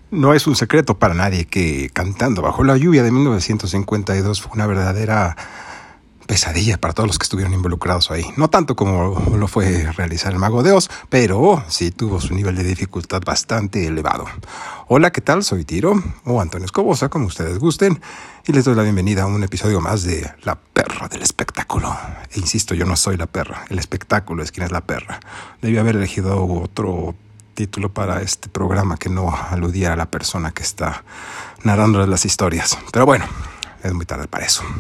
No es un secreto para nadie que Cantando bajo la lluvia de 1952 fue una verdadera pesadilla para todos los que estuvieron involucrados ahí. No tanto como lo fue realizar el Mago de Oz, pero sí tuvo su nivel de dificultad bastante elevado. Hola, ¿qué tal? Soy Tiro, o Antonio Escobosa, como ustedes gusten, y les doy la bienvenida a un episodio más de La Perra del Espectáculo. E insisto, yo no soy la perra, el espectáculo es quien es la perra. Debí haber elegido otro título para este programa que no aludiera a la persona que está narrando las historias. Pero bueno, es muy tarde para eso.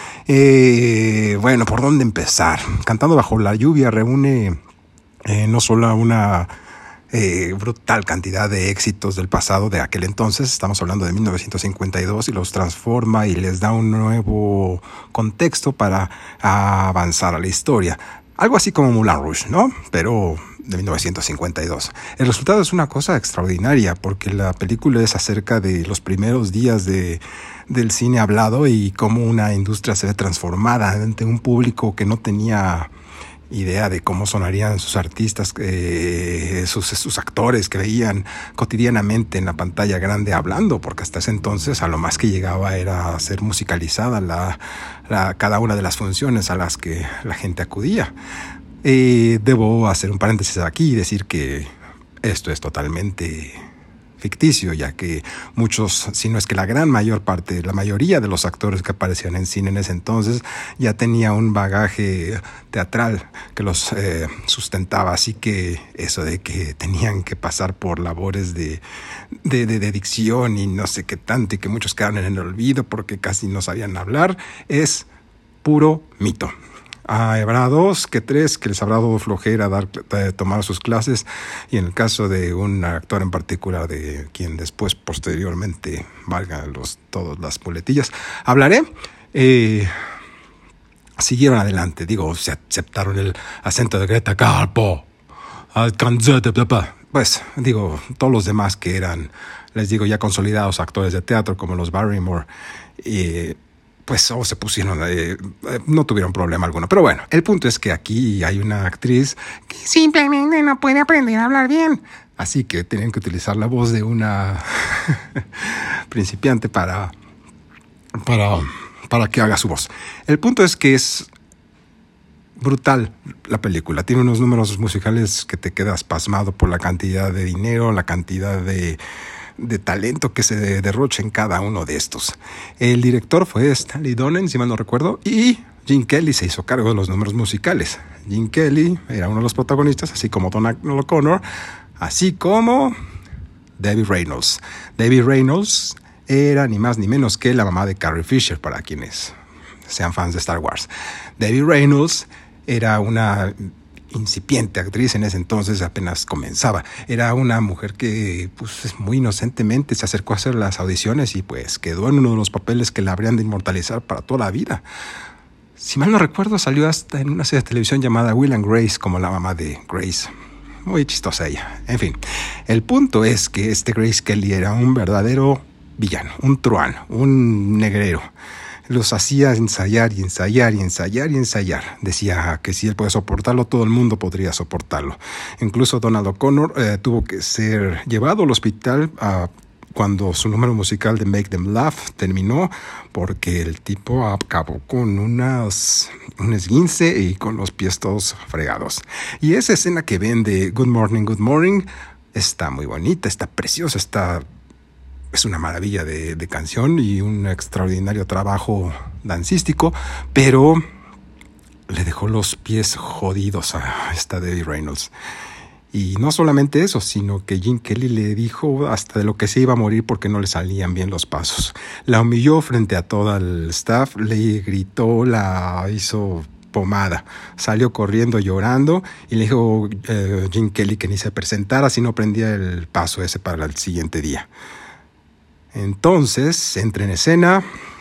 Bueno, ¿por dónde empezar? Cantando bajo la lluvia reúne no solo una brutal cantidad de éxitos del pasado de aquel entonces, estamos hablando de 1952, y los transforma y les da un nuevo contexto para avanzar a la historia. Algo así como Moulin Rouge, ¿no? Pero de 1952. El resultado es una cosa extraordinaria porque la película es acerca de los primeros días del cine hablado y cómo una industria se ve transformada ante un público que no tenía idea de cómo sonarían sus artistas, sus actores que veían cotidianamente en la pantalla grande hablando, porque hasta ese entonces a lo más que llegaba era a ser musicalizada cada una de las funciones a las que la gente acudía. Debo hacer un paréntesis aquí y decir que esto es totalmente ficticio, ya que muchos, si no es que la gran mayor parte, la mayoría de los actores que aparecían en cine en ese entonces ya tenía un bagaje teatral que los sustentaba, así que eso de que tenían que pasar por labores de dicción y no sé qué tanto, y que muchos quedaron en el olvido porque casi no sabían hablar, es puro mito. Habrá 2 que 3 que les habrá dado flojera tomar sus clases, y en el caso de un actor en particular de quien después posteriormente valga todas las muletillas hablaré, siguieron adelante. Se aceptaron el acento de Greta Garbo, pues todos los demás que eran, les digo, ya consolidados actores de teatro como los Barrymore, pues se pusieron, no tuvieron problema alguno. Pero bueno, el punto es que aquí hay una actriz que simplemente no puede aprender a hablar bien. Así que tienen que utilizar la voz de una principiante para que haga su voz. El punto es que es brutal la película. Tiene unos números musicales que te quedas pasmado por la cantidad de dinero, la cantidad de talento que se derrocha en cada uno de estos. El director fue Stanley Donen, si mal no recuerdo, y Gene Kelly se hizo cargo de los números musicales. Gene Kelly era uno de los protagonistas, así como Donald O'Connor, así como Debbie Reynolds. Debbie Reynolds era ni más ni menos que la mamá de Carrie Fisher, para quienes sean fans de Star Wars. Debbie Reynolds era una incipiente actriz en ese entonces, apenas comenzaba. Era una mujer que pues muy inocentemente se acercó a hacer las audiciones y pues quedó en uno de los papeles que la habrían de inmortalizar para toda la vida. Si mal no recuerdo, salió hasta en una serie de televisión llamada Will and Grace como la mamá de Grace. Muy chistosa ella. En fin, el punto es que Grace Kelly era un verdadero villano, un truán, un negrero. Los hacía ensayar y ensayar y ensayar y ensayar. Decía que si él puede soportarlo, todo el mundo podría soportarlo. Incluso Donald O'Connor tuvo que ser llevado al hospital cuando su número musical de Make Them Laugh terminó, porque el tipo acabó con un esguince y con los pies todos fregados. Y esa escena que ven de Good Morning está muy bonita, está preciosa, es una maravilla de canción y un extraordinario trabajo dancístico, pero le dejó los pies jodidos a esta Debbie Reynolds. Y no solamente eso, sino que Gene Kelly le dijo hasta de lo que se iba a morir porque no le salían bien los pasos. La humilló frente a todo el staff, le gritó, la hizo pomada. Salió corriendo llorando y le dijo Gene Kelly que ni se presentara si no prendía el paso ese para el siguiente día. Entonces entra en escena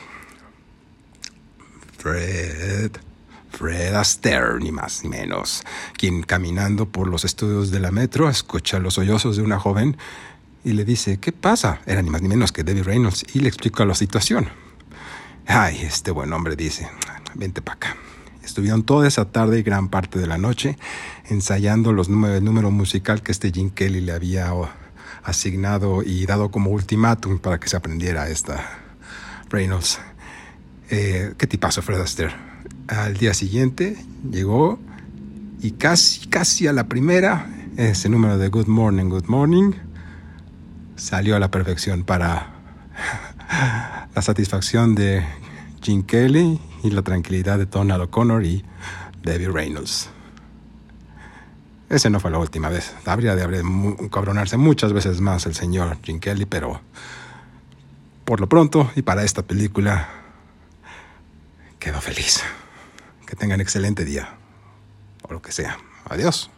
Fred Astaire, ni más ni menos, quien caminando por los estudios de la Metro escucha los sollozos de una joven y le dice: ¿qué pasa? Era ni más ni menos que Debbie Reynolds, y le explica la situación. Ay, este buen hombre dice: vente para acá. Estuvieron toda esa tarde y gran parte de la noche ensayando el número musical que Gene Kelly le había asignado y dado como ultimátum para que se aprendiera esta Reynolds. Qué tipazo Fred Astaire. Al día siguiente llegó y casi a la primera, ese número de Good Morning salió a la perfección para la satisfacción de Gene Kelly y la tranquilidad de Donald O'Connor y Debbie Reynolds. Ese no fue la última vez. Habría de cabronarse muchas veces más el señor Gene Kelly, pero por lo pronto y para esta película quedo feliz. Que tengan excelente día o lo que sea. Adiós.